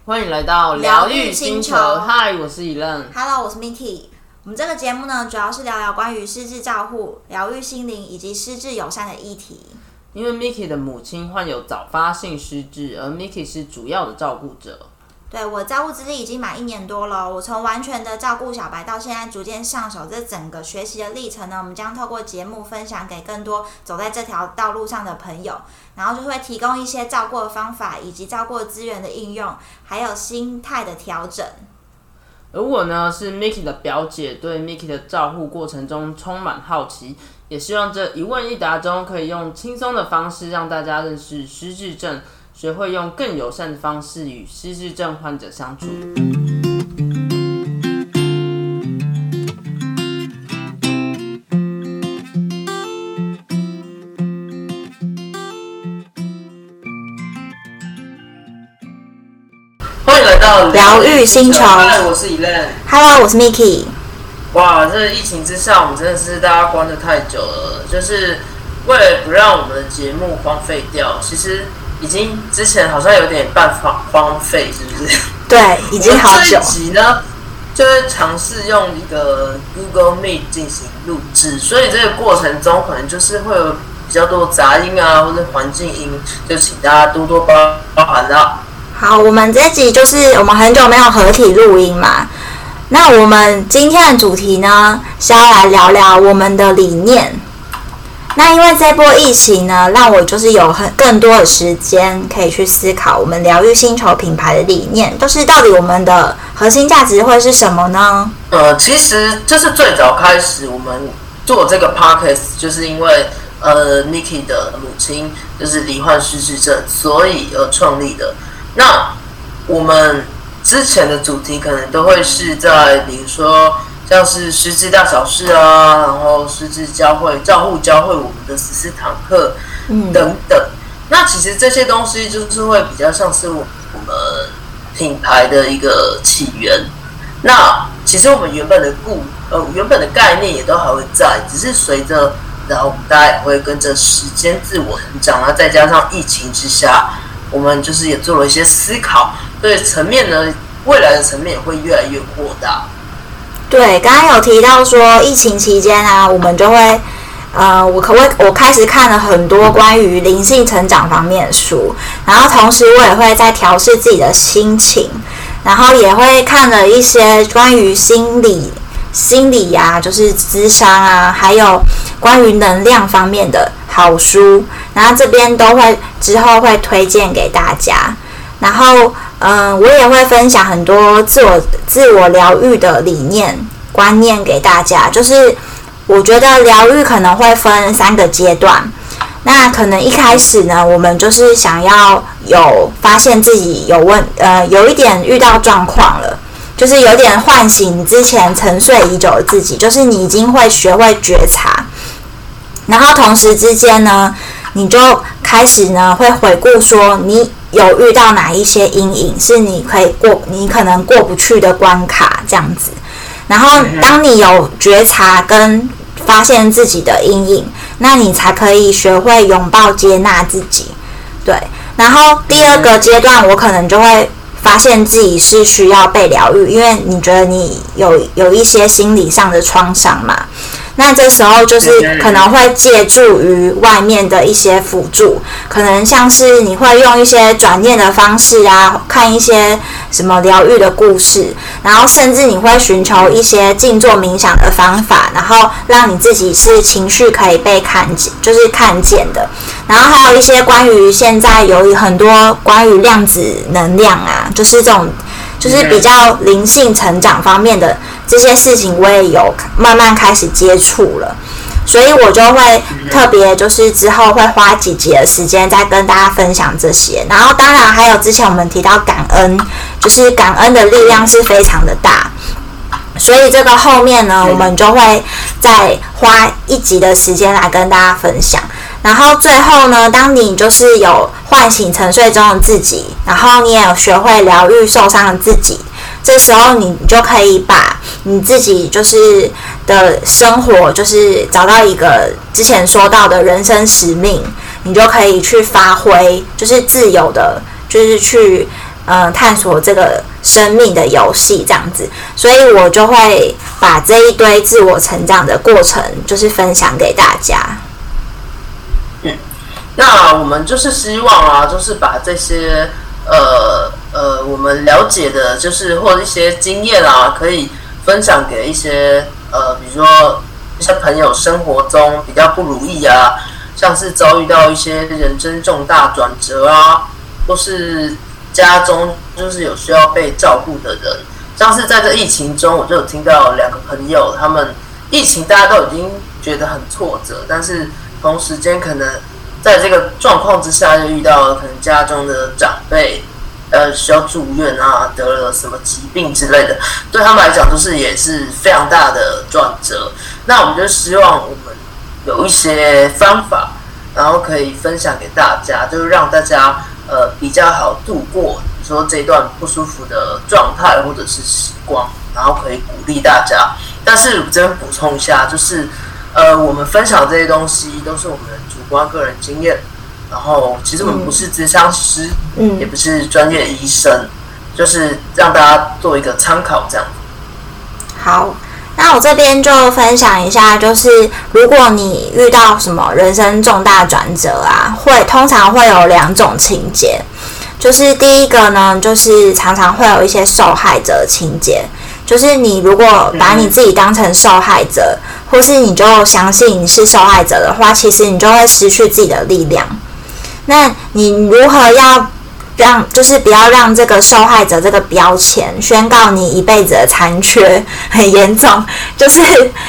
欢迎来到疗愈星球。嗨，我是 Hello， 我是 Miki。我们这个节目呢，主要是聊聊关于失智照护、疗愈心灵以及失智友善的议题。 因为 Miki 的母亲患有早发性失智，而 Miki 是主要的照顾者。 对，我照顾资历已经满1年多了，我从完全的照顾小白到现在逐渐上手，这整个学习的历程呢，我们将透过节目分享给更多走在这条道路上的朋友，然后就会提供一些照顾的方法，以及照顾资源的应用，还有心态的调整。 而我呢，是 Miki 的表姐，对 Miki 的照护过程中充满好奇，也希望这一问一答中可以用轻松的方式让大家认识失智症，学会用更友善的方式与失智症患者相处。欢迎来到疗愈星球。 嗨，我是 Hello， 我是 Miki。 哇，这疫情之下，我们真的是大家关得太久了，就是为了不让我们的节目荒废掉，其实已经之前好像有点半荒废，是不是？ 对，已经好久。 这一集呢，就是尝试用一个 Google Meet 进行录制，所以这个过程中可能就是会有比较多杂音啊，或者环境音，就请大家多多包涵啦。 好，我们这集就是我们很久没有合体录音嘛，那我们今天的主题呢是要来聊聊我们的理念。那因为这波疫情呢，让我就是有更多的时间可以去思考我们疗愈星球品牌的理念，就是到底我们的核心价值会是什么呢？ 其实就是最早开始我们做这个 podcast， 就是因为Miki 的母亲就是罹患失智症，所以创立的。那我们之前的主题可能都会是在比如说像是失智大小事啊，然后失智教会照护教会我们的14堂课等等。那其实这些东西就是会比较像是我们品牌的一个起源。那其实我们原本的概念也都还会在，只是随着然后我们大家也会跟着时间自我成长，然后再加上疫情之下，我们就是也做了一些思考，所以层面呢，未来的层面也会越来越扩大。 对，刚刚有提到说疫情期间啊，我们就会，我开始看了很多关于灵性成长方面的书，然后同时我也会在调试自己的心情，然后也会看了一些关于心理啊，就是諮商啊，还有关于能量方面的好书，然后这边都会之后会推荐给大家。然后我也会分享很多自我疗愈的理念观念给大家。就是我觉得疗愈可能会分3个阶段。那可能一开始呢，我们就是想要有发现自己有一点遇到状况了，就是有点唤醒之前沉睡已久的自己，就是你已经会学会觉察。然后同时之间呢，你就开始呢会回顾说你有遇到哪一些阴影是你可能过不去的关卡这样子。然后当你有觉察跟发现自己的阴影，那你才可以学会拥抱接纳自己。对，然后第2个阶段我可能就会发现自己是需要被疗愈，因为你觉得你有一些心理上的创伤嘛。那这时候就是可能会借助于外面的一些辅助，可能像是你会用一些转念的方式啊，看一些什么疗愈的故事，然后甚至你会寻求一些静坐冥想的方法，然后让你自己是情绪可以被看见，就是看见的。然后还有一些关于现在有很多关于量子能量啊，就是这种就是比较灵性成长方面的这些事情，我也有慢慢开始接触了，所以我就会特别就是之后会花几集的时间再跟大家分享这些。然后当然还有之前我们提到感恩，就是感恩的力量是非常的大，所以这个后面呢，我们就会再花1集的时间来跟大家分享。然后最后呢，当你就是有唤醒沉睡中的自己，然后你也有学会疗愈受伤的自己，这时候你就可以把你自己就是的生活，就是找到一个之前说到的人生使命，你就可以去发挥，就是自由的，就是去探索这个生命的游戏这样子，所以我就会把这一堆自我成长的过程就是分享给大家。 那我们就是希望啊，就是把这些我们了解的，就是或者一些经验啊，可以分享给一些比如说一些朋友生活中比较不如意啊，像是遭遇到一些人生重大转折啊，或是家中就是有需要被照顾的人，像是在这疫情中，我就有听到2个朋友，他们疫情大家都已经觉得很挫折，但是同时间可能在这个状况之下，就遇到了可能家中的长辈需要住院啊，得了什么疾病之类的，对他们来讲就是也是非常大的转折。那我们就希望我们有一些方法，然后可以分享给大家，就是让大家比较好度过你说这段不舒服的状态或者是时光，然后可以鼓励大家。但是我这边补充一下，就是我们分享这些东西都是我们的主观个人经验，然后其实我们不是諮商师，也不是专业医生，就是让大家做一个参考这样。 好，那我这边就分享一下，就是如果你遇到什么人生重大转折啊，通常会有2种情节，就是第一个呢，就是常常会有一些受害者情节，就是你如果把你自己当成受害者，或是你就相信你是受害者的话，其实你就会失去自己的力量。那你如何要就是不要让这个受害者这个标签宣告你一辈子的残缺很严重，就是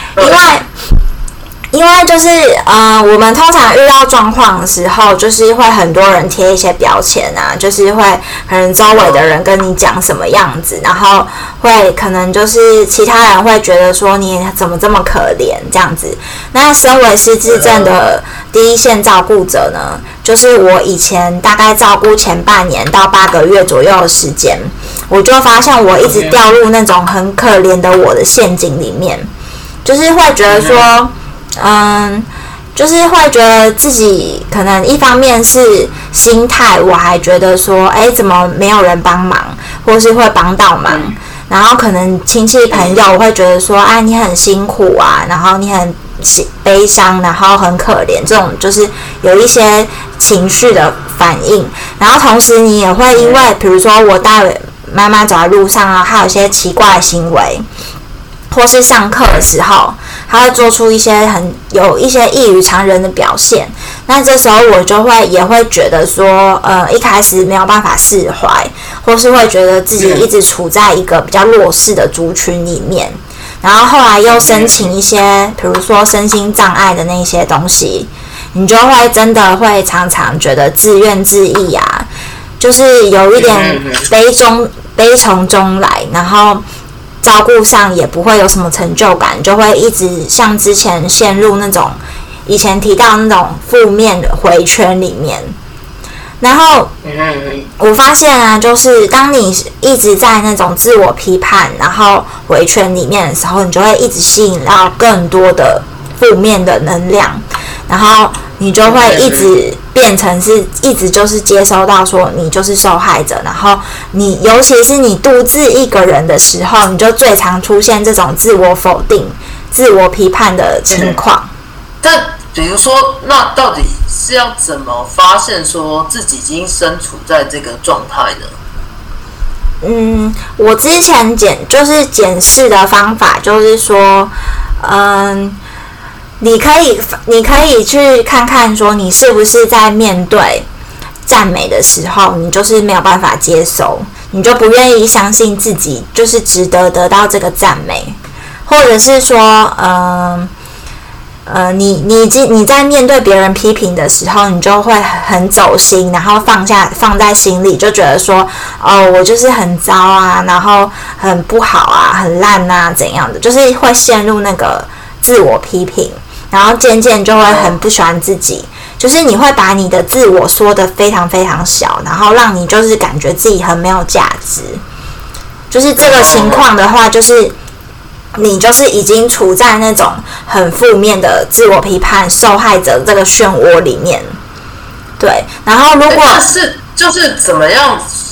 因为就是我们通常遇到状况的时候，就是会很多人贴一些标签啊，就是会可能周围的人跟你讲什么样子，然后会可能就是其他人会觉得说你怎么这么可怜这样子。那身为失智症的第一线照顾者呢，就是我以前大概照顾前半年到8个月左右的时间，我就发现我一直掉入那种很可怜的我的陷阱里面，就是会觉得说就是会觉得自己可能一方面是心态，我还觉得说怎么没有人帮忙，或是会帮到忙，然后可能亲戚朋友我会觉得说你很辛苦啊，然后你很悲伤，然后很可怜，这种就是有一些情绪的反应。然后同时你也会因为比如说我带妈妈走在路上啊，还有一些奇怪的行为，或是上课的时候他会做出一些有一些异于常人的表现，那这时候我就也会觉得说一开始没有办法释怀，或是会觉得自己一直处在一个比较弱势的族群里面，然后后来又申请一些比如说身心障碍的那些东西，你就会真的会常常觉得自怨自艾啊，就是有一点悲从中来，然后照顾上也不会有什么成就感，就会一直像之前陷入那种以前提到那种负面的回圈里面。然后我发现啊，就是当你一直在那种自我批判然后回圈里面的时候，你就会一直吸引到更多的负面的能量，然后你就会一直变成是一直就是接收到说你就是受害者，然后你尤其是你独自一个人的时候，你就最常出现这种自我否定、自我批判的情况。 但比如说，那到底是要怎么发现说自己已经身处在这个状态呢？ 我之前检视的方法就是说，你可以去看看说你是不是在面对赞美的时候，你就是没有办法接受，你就不愿意相信自己就是值得得到这个赞美，或者是说你在面对别人批评的时候，你就会很走心，然后放在心里，就觉得说我就是很糟啊，然后很不好啊，很烂啊怎样的，就是会陷入那个自我批评，然后渐渐就会很不喜欢自己，就是你会把你的自我缩得非常非常小，然后让你就是感觉自己很没有价值。就是这个情况的话，就是你就是已经处在那种很负面的自我批判受害者这个漩涡里面。对，然后如果就是怎么样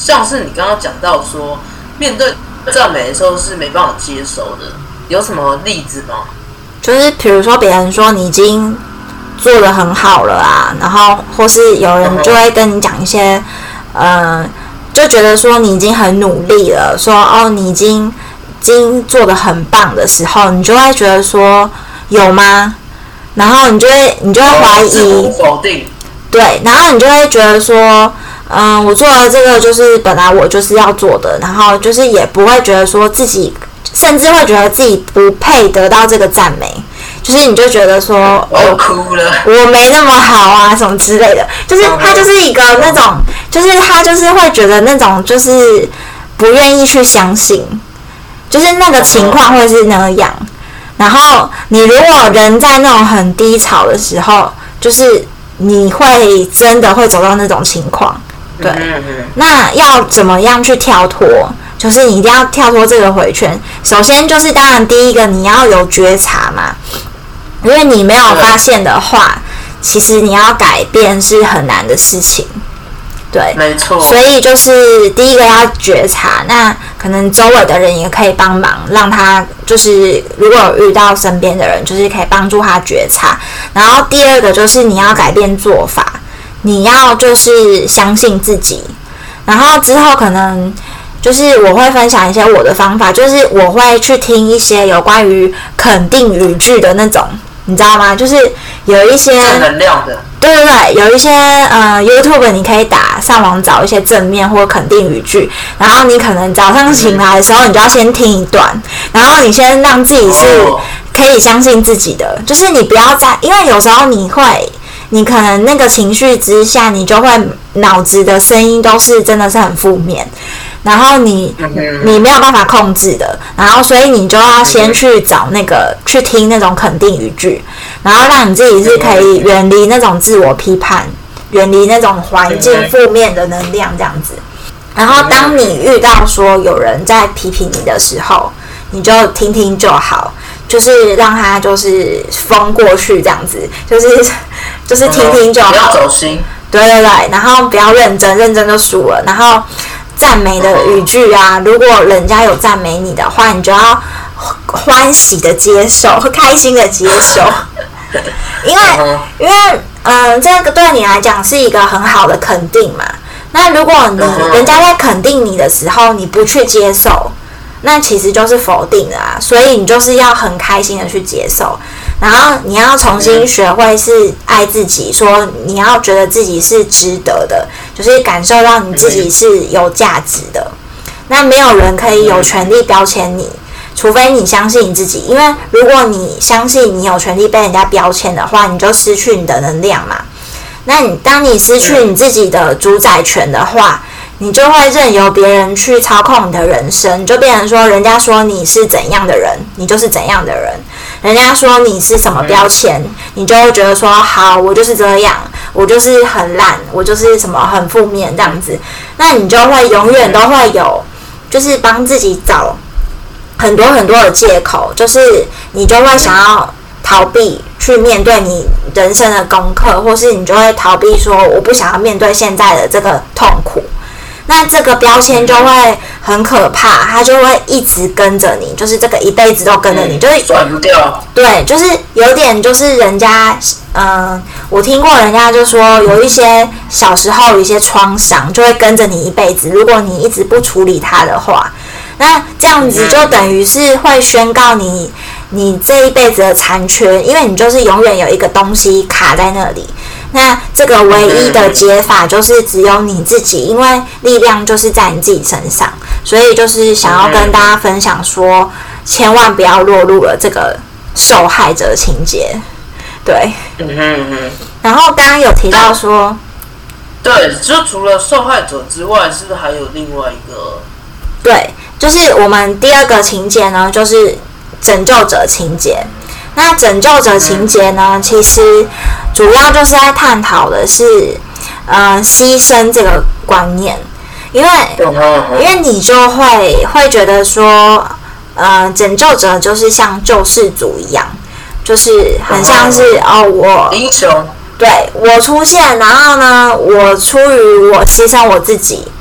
像是你刚刚讲到说，面对赞美的时候是没办法接受的，有什么例子吗？ 就是比如说别人说你已经做得很好了啊，然后或是有人就会跟你讲一些，就觉得说你已经很努力了，说哦你已经做得很棒的时候，你就会觉得说有吗？然后你就会怀疑， 自我否定， 对，然后你就会觉得说，我做了这个就是本来我就是要做的，然后就是也不会觉得说自己，甚至会觉得自己不配得到这个赞美，就是你就觉得说， 我哭了， 我没那么好啊，什么之类的，就是他就是一个那种，就是他就是会觉得那种就是不愿意去相信，就是那个情况会是那样。然后你如果人在那种很低潮的时候，就是你会真的会走到那种情况，对。那要怎么样去跳脱？就是你一定要跳脱这个回圈。首先就是当然第一个你要有觉察嘛，因为你没有发现的话，其实你要改变是很难的事情。对， 没错。 所以就是第一个要觉察，那可能周围的人也可以帮忙，让他就是如果有遇到身边的人，就是可以帮助他觉察。然后第二个就是你要改变做法，你要就是相信自己。然后之后可能就是我会分享一些我的方法，就是我会去听一些有关于肯定语句的那种，你知道吗？就是有一些正能量的。 对对对，有一些YouTube 你可以上网找一些正面或肯定语句，然后你可能早上醒来的时候，你就要先听一段，然后你先让自己是可以相信自己的，就是你不要因为有时候你可能那个情绪之下，你就会脑子的声音都是真的是很负面，然后你没有办法控制的，然后所以你就要先去找去听那种肯定语句，然后让你自己是可以远离那种自我批判，远离那种环境负面的能量这样子。然后当你遇到说有人在批评你的时候，你就听听就好，就是让他就是疯过去这样子，就是听听就好， 不要走心。 对对对，然后不要认真就输了。然后赞美的语句啊，如果人家有赞美你的话，你就要欢喜的接受，开心的接受，因为这个对你来讲是一个很好的肯定嘛。那如果人家在肯定你的时候，你不去接受，那其实就是否定的啊。所以你就是要很开心的去接受，然后你要重新学会是爱自己，说你要觉得自己是值得的，就是感受到你自己是有价值的。那没有人可以有权利标签你，除非你相信你自己。因为如果你相信你有权利被人家标签的话，你就失去你的能量嘛。那当你失去你自己的主宰权的话，你就会任由别人去操控你的人生，就变成说人家说你是怎样的人，你就是怎样的人。人家说你是什么标签，你就会觉得说好，我就是这样，我就是很烂，我就是什么很负面这样子。那你就会永远都会有，就是帮自己找很多很多的借口，就是你就会想要逃避去面对你人生的功课，或是你就会逃避说我不想要面对现在的这个痛苦。那这个标签就会很可怕，它就会一直跟着你，就是这个一辈子都跟着你，就是甩不掉。 对，就是有点就是人家，我听过人家就说有一些小时候有一些创伤就会跟着你一辈子，如果你一直不处理它的话，那这样子就等于是会宣告你这一辈子的残缺，因为你就是永远有一个东西卡在那里。那这个唯一的解法就是只有你自己，因为力量就是在你自己身上，所以就是想要跟大家分享说，千万不要落入了这个受害者情节。对，然后刚刚有提到说， 对，就除了受害者之外，是不是还有另外一个？ 对，就是我们第二个情节呢，就是拯救者情节。那拯救者情节呢，其实主要就是在探讨的是，牺牲这个观念，因为你就会觉得说，拯救者就是像救世主一样，就是很像是我英雄， 对我出现，然后呢，我出于我牺牲我自己，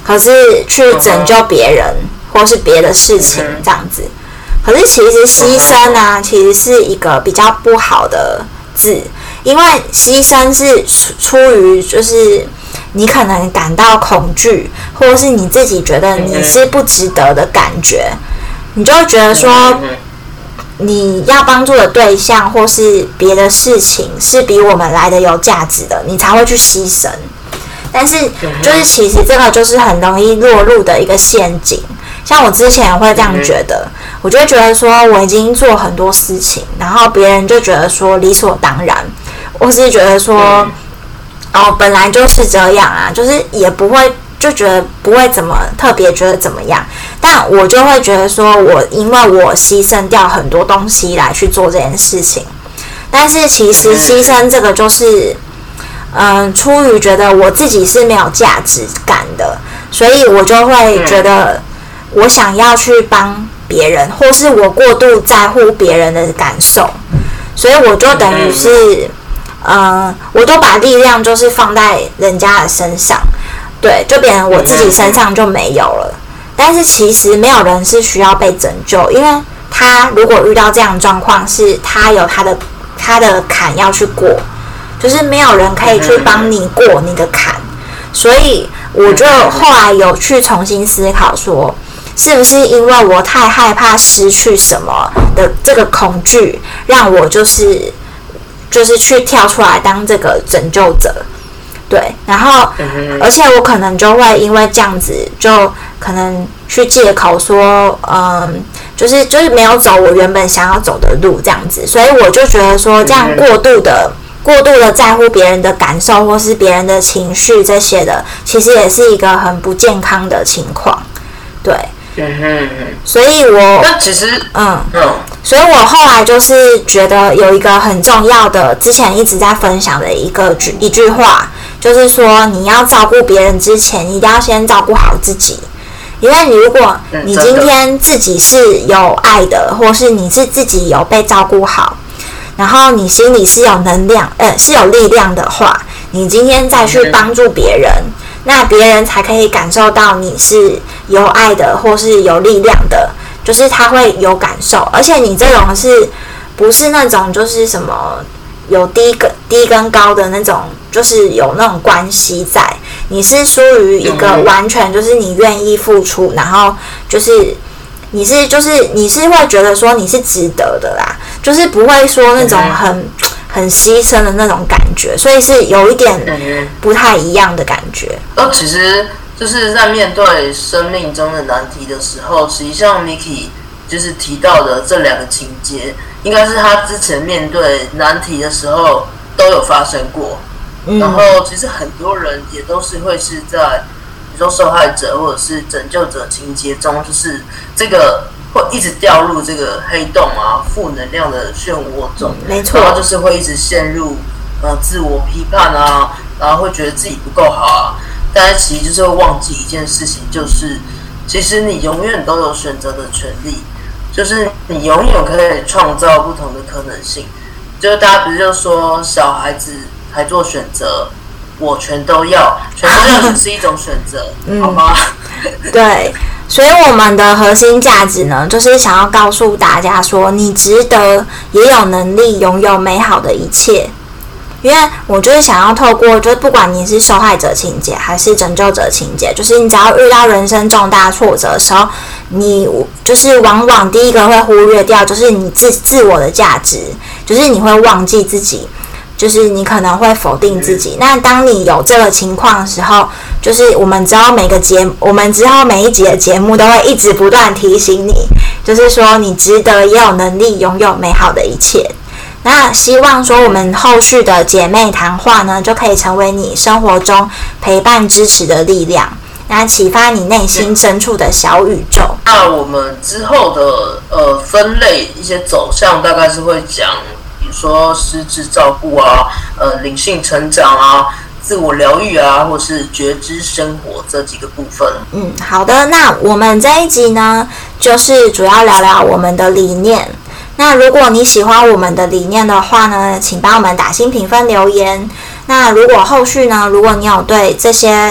可是去拯救别人或是别的事情这样子。可是其实牺牲啊，其实是一个比较不好的字，因为牺牲是出于就是你可能感到恐惧，或者是你自己觉得你是不值得的感觉，你就会觉得说你要帮助的对象或是别的事情是比我们来的有价值的，你才会去牺牲。但是就是其实这个就是很容易落入的一个陷阱。像我之前也会这样觉得，我就会觉得说我已经做很多事情，然后别人就觉得说理所当然，或是觉得说本来就是这样啊，就是也不会就觉得不会怎么特别觉得怎么样，但我就会觉得说因为我牺牲掉很多东西来去做这件事情，但是其实牺牲这个就是出于觉得我自己是没有价值感的，所以我就会觉得我想要去帮别人，或是我过度在乎别人的感受，所以我就等于是我都把力量就是放在人家的身上，对，就变成我自己身上就没有了。但是其实没有人是需要被拯救，因为他如果遇到这样的状况，是他有他的坎要去过，就是没有人可以去帮你过你的坎。所以我就后来有去重新思考说，是不是因为我太害怕失去什么的这个恐惧，让我就是去跳出来当这个拯救者，对，然后而且我可能就会因为这样子，就可能去借口说，就是没有走我原本想要走的路这样子，所以我就觉得说，这样过度的在乎别人的感受或是别人的情绪这些的，其实也是一个很不健康的情况，对。所以那其实所以我后来就是觉得有一个很重要的，之前一直在分享的一句话，就是说你要照顾别人之前，你一定要先照顾好自己。因为如果你今天自己是有爱的，或是你是自己有被照顾好，然后你心里是有能量，是有力量的话，你今天再去帮助别人，那别人才可以感受到你是有爱的或是有力量的，就是他会有感受。而且你这种是不是那种就是什么有低跟高的那种，就是有那种关系在，你是属于一个完全就是你愿意付出，然后就是你是会觉得说你是值得的啦，就是不会说那种很牺牲的那种感觉，所以是有一点不太一样的感觉。 其实就是在面对生命中的难题的时候，实际上 Miki 就是提到的这两个情节，应该是他之前面对难题的时候都有发生过。然后其实很多人也都是会是在比如说受害者或者是拯救者情节中，就是这个会一直掉入这个黑洞啊、负能量的漩涡中， 没错， 然后就是会一直陷入自我批判啊，然后会觉得自己不够好啊，但是其实就是会忘记一件事情，就是其实你永远都有选择的权利，就是你永远可以创造不同的可能性。就是大家不是就说小孩子还做选择，我全都要，全都要只是一种选择，好吗？ 对，所以我们的核心价值呢，就是想要告诉大家说，你值得，也有能力拥有美好的一切。因为我就是想要透过，就是不管你是受害者情节还是拯救者情节，就是你只要遇到人生重大挫折的时候，你就是往往第一个会忽略掉，就是你自我的价值，就是你会忘记自己。就是你可能会否定自己，那当你有这个情况的时候，就是我们之后每一集的节目都会一直不断提醒你，就是说你值得，也有能力拥有美好的一切。那希望说我们后续的姐妹谈话呢，就可以成为你生活中陪伴支持的力量，那启发你内心深处的小宇宙。 那我们之后的分类一些走向，大概是会讲比如说失智照顾啊，灵性成长啊，自我疗愈啊，或是觉知生活这几个部分。 好的，那我们这一集呢，就是主要聊聊我们的理念。那如果你喜欢我们的理念的话呢，请帮我们打新评分留言。那如果后续呢，如果你有对这些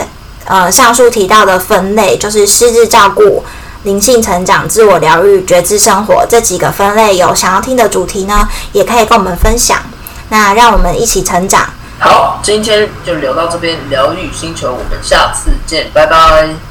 上述提到的分类，就是失智照顾、灵性成长、自我疗愈、觉知生活这几个分类，有想要听的主题呢，也可以跟我们分享。那让我们一起成长。 好，今天就聊到这边，疗愈星球，我们下次见，拜拜。